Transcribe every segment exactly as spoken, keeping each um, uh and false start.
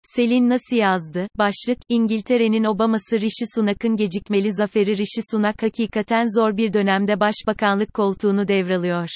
Selin nasıl yazdı? Başlık, İngiltere'nin Obama'sı Rishi Sunak'ın gecikmeli zaferi. Rishi Sunak hakikaten zor bir dönemde başbakanlık koltuğunu devralıyor.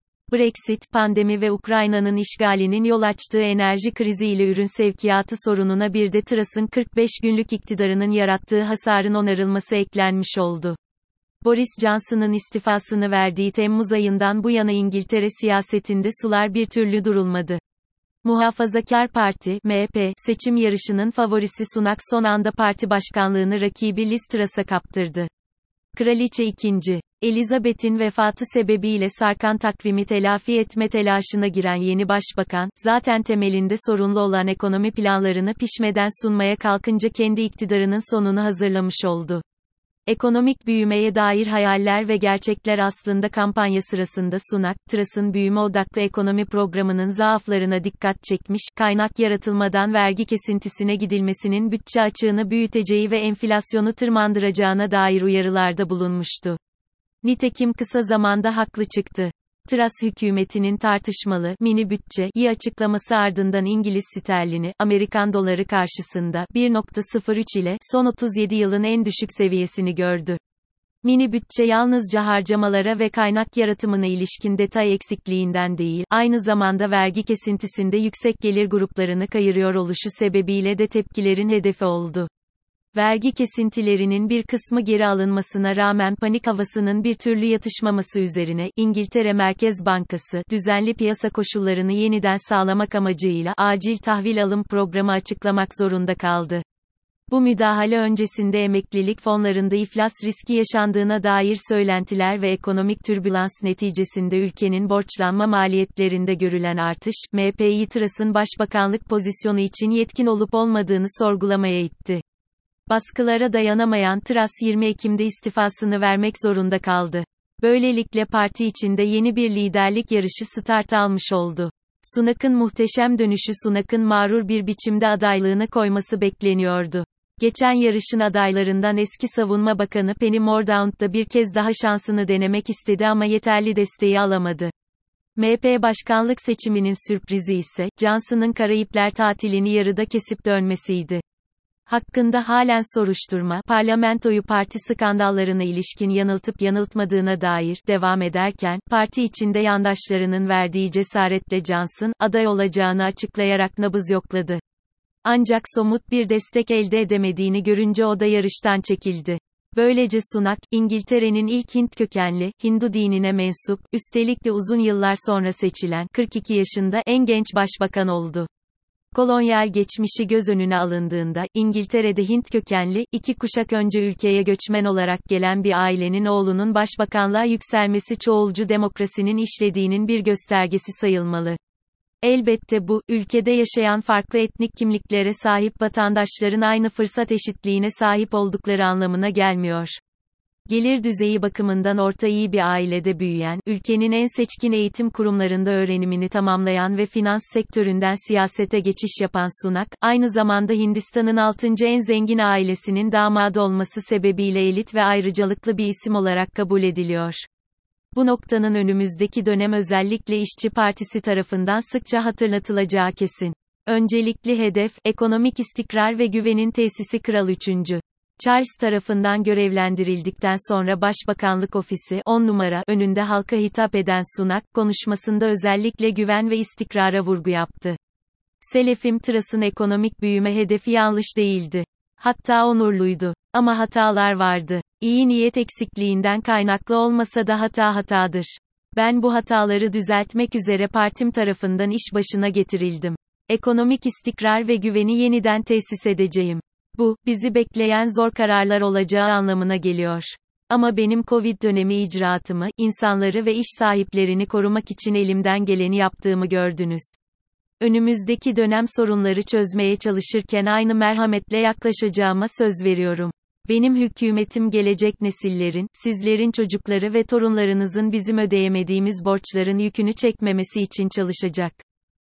Brexit, pandemi ve Ukrayna'nın işgalinin yol açtığı enerji krizi ile ürün sevkiyatı sorununa bir de Truss'ın kırk beş günlük iktidarının yarattığı hasarın onarılması eklenmiş oldu. Boris Johnson'ın istifasını verdiği Temmuz ayından bu yana İngiltere siyasetinde sular bir türlü durulmadı. Muhafazakar Parti, M H P, seçim yarışının favorisi Sunak son anda parti başkanlığını rakibi Liz Truss'a kaptırdı. Kraliçe ikinci. Elizabeth'in vefatı sebebiyle sarkan takvimi telafi etme telaşına giren yeni başbakan, zaten temelinde sorunlu olan ekonomi planlarını pişmeden sunmaya kalkınca kendi iktidarının sonunu hazırlamış oldu. Ekonomik büyümeye dair hayaller ve gerçekler aslında kampanya sırasında Sunak, Truss'ın büyüme odaklı ekonomi programının zaaflarına dikkat çekmiş, kaynak yaratılmadan vergi kesintisine gidilmesinin bütçe açığını büyüteceği ve enflasyonu tırmandıracağına dair uyarılarda bulunmuştu. Nitekim kısa zamanda haklı çıktı. Truss hükümetinin tartışmalı, mini bütçeyi açıklaması ardından İngiliz sterlini, Amerikan doları karşısında, bir nokta sıfır üç ile, son otuz yedi yılın en düşük seviyesini gördü. Mini bütçe yalnızca harcamalara ve kaynak yaratımına ilişkin detay eksikliğinden değil, aynı zamanda vergi kesintisinde yüksek gelir gruplarını kayırıyor oluşu sebebiyle de tepkilerin hedefi oldu. Vergi kesintilerinin bir kısmı geri alınmasına rağmen panik havasının bir türlü yatışmaması üzerine, İngiltere Merkez Bankası, düzenli piyasa koşullarını yeniden sağlamak amacıyla, acil tahvil alım programı açıklamak zorunda kaldı. Bu müdahale öncesinde emeklilik fonlarında iflas riski yaşandığına dair söylentiler ve ekonomik türbülans neticesinde ülkenin borçlanma maliyetlerinde görülen artış, M H P'yi Truss'ın başbakanlık pozisyonu için yetkin olup olmadığını sorgulamaya itti. Baskılara dayanamayan Truss yirmi Ekim'de istifasını vermek zorunda kaldı. Böylelikle parti içinde yeni bir liderlik yarışı start almış oldu. Sunak'ın muhteşem dönüşü Sunak'ın mağrur bir biçimde adaylığını koyması bekleniyordu. Geçen yarışın adaylarından eski Savunma Bakanı Penny Mordaunt da bir kez daha şansını denemek istedi ama yeterli desteği alamadı. M H P başkanlık seçiminin sürprizi ise, Johnson'ın Karayipler tatilini yarıda kesip dönmesiydi. Hakkında halen soruşturma, parlamentoyu parti skandallarına ilişkin yanıltıp yanıltmadığına dair devam ederken, parti içinde yandaşlarının verdiği cesaretle Johnson, aday olacağını açıklayarak nabız yokladı. Ancak somut bir destek elde edemediğini görünce o da yarıştan çekildi. Böylece Sunak, İngiltere'nin ilk Hint kökenli, Hindu dinine mensup, üstelik de uzun yıllar sonra seçilen, kırk iki yaşında, en genç başbakan oldu. Kolonyal geçmişi göz önüne alındığında, İngiltere'de Hint kökenli, iki kuşak önce ülkeye göçmen olarak gelen bir ailenin oğlunun başbakanlığa yükselmesi çoğulcu demokrasinin işlediğinin bir göstergesi sayılmalı. Elbette bu, ülkede yaşayan farklı etnik kimliklere sahip vatandaşların aynı fırsat eşitliğine sahip oldukları anlamına gelmiyor. Gelir düzeyi bakımından orta iyi bir ailede büyüyen, ülkenin en seçkin eğitim kurumlarında öğrenimini tamamlayan ve finans sektöründen siyasete geçiş yapan Sunak, aynı zamanda Hindistan'ın altıncı en zengin ailesinin damadı olması sebebiyle elit ve ayrıcalıklı bir isim olarak kabul ediliyor. Bu noktanın önümüzdeki dönem özellikle İşçi Partisi tarafından sıkça hatırlatılacağı kesin. Öncelikli hedef, ekonomik istikrar ve güvenin tesisi Kral üçüncü. Charles tarafından görevlendirildikten sonra Başbakanlık Ofisi, on numara, önünde halka hitap eden Sunak, konuşmasında özellikle güven ve istikrara vurgu yaptı. Selefim Truss'ın ekonomik büyüme hedefi yanlış değildi. Hatta onurluydu. Ama hatalar vardı. İyi niyet eksikliğinden kaynaklı olmasa da hata hatadır. Ben bu hataları düzeltmek üzere partim tarafından iş başına getirildim. Ekonomik istikrar ve güveni yeniden tesis edeceğim. Bu, bizi bekleyen zor kararlar olacağı anlamına geliyor. Ama benim Covid dönemi icraatımı, insanları ve iş sahiplerini korumak için elimden geleni yaptığımı gördünüz. Önümüzdeki dönem sorunları çözmeye çalışırken aynı merhametle yaklaşacağıma söz veriyorum. Benim hükümetim gelecek nesillerin, sizlerin çocukları ve torunlarınızın bizim ödeyemediğimiz borçların yükünü çekmemesi için çalışacak.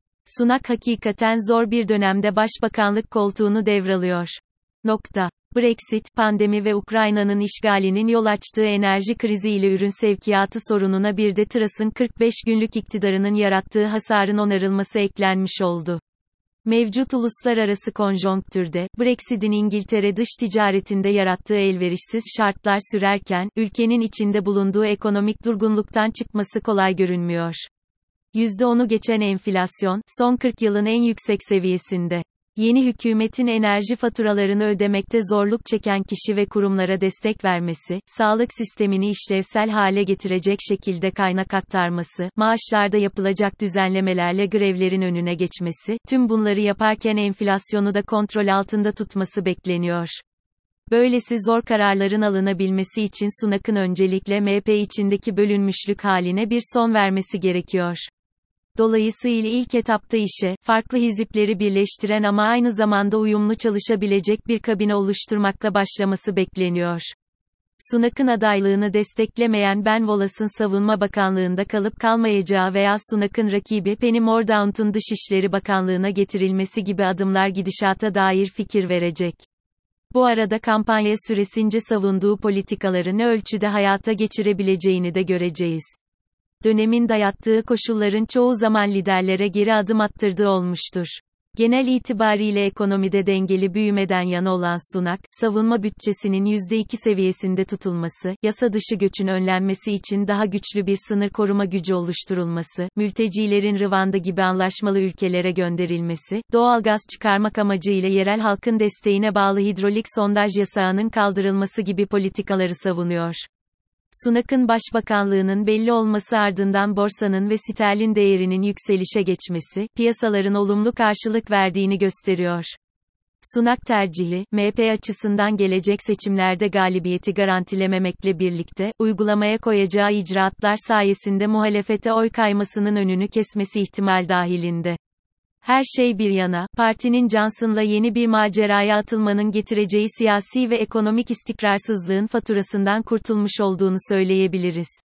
Sunak hakikaten zor bir dönemde başbakanlık koltuğunu devralıyor. Nokta. Brexit, pandemi ve Ukrayna'nın işgalinin yol açtığı enerji krizi ile ürün sevkiyatı sorununa bir de Truss'ın kırk beş günlük iktidarının yarattığı hasarın onarılması eklenmiş oldu. Mevcut uluslararası konjonktürde, Brexit'in İngiltere dış ticaretinde yarattığı elverişsiz şartlar sürerken, ülkenin içinde bulunduğu ekonomik durgunluktan çıkması kolay görünmüyor. yüzde onu geçen enflasyon, son kırk yılın en yüksek seviyesinde. Yeni hükümetin enerji faturalarını ödemekte zorluk çeken kişi ve kurumlara destek vermesi, sağlık sistemini işlevsel hale getirecek şekilde kaynak aktarması, maaşlarda yapılacak düzenlemelerle grevlerin önüne geçmesi, tüm bunları yaparken enflasyonu da kontrol altında tutması bekleniyor. Böylesi zor kararların alınabilmesi için Sunak'ın öncelikle M H P içindeki bölünmüşlük haline bir son vermesi gerekiyor. Dolayısıyla ilk etapta işe, farklı hizipleri birleştiren ama aynı zamanda uyumlu çalışabilecek bir kabine oluşturmakla başlaması bekleniyor. Sunak'ın adaylığını desteklemeyen Ben Wallace'ın Savunma Bakanlığında kalıp kalmayacağı veya Sunak'ın rakibi Penny Mordaunt'un Dışişleri Bakanlığına getirilmesi gibi adımlar gidişata dair fikir verecek. Bu arada kampanya süresince savunduğu politikaları ne ölçüde hayata geçirebileceğini de göreceğiz. Dönemin dayattığı koşulların çoğu zaman liderlere geri adım attırdığı olmuştur. Genel itibariyle ekonomide dengeli büyümeden yana olan Sunak, savunma bütçesinin yüzde iki seviyesinde tutulması, yasa dışı göçün önlenmesi için daha güçlü bir sınır koruma gücü oluşturulması, mültecilerin Rwanda gibi anlaşmalı ülkelere gönderilmesi, doğalgaz çıkarmak amacıyla yerel halkın desteğine bağlı hidrolik sondaj yasağının kaldırılması gibi politikaları savunuyor. Sunak'ın başbakanlığının belli olması ardından borsanın ve sterlin değerinin yükselişe geçmesi, piyasaların olumlu karşılık verdiğini gösteriyor. Sunak tercihi, M H P açısından gelecek seçimlerde galibiyeti garantilememekle birlikte, uygulamaya koyacağı icraatlar sayesinde muhalefete oy kaymasının önünü kesmesi ihtimal dahilinde. Her şey bir yana, partinin Johnson'la yeni bir maceraya atılmanın getireceği siyasi ve ekonomik istikrarsızlığın faturasından kurtulmuş olduğunu söyleyebiliriz.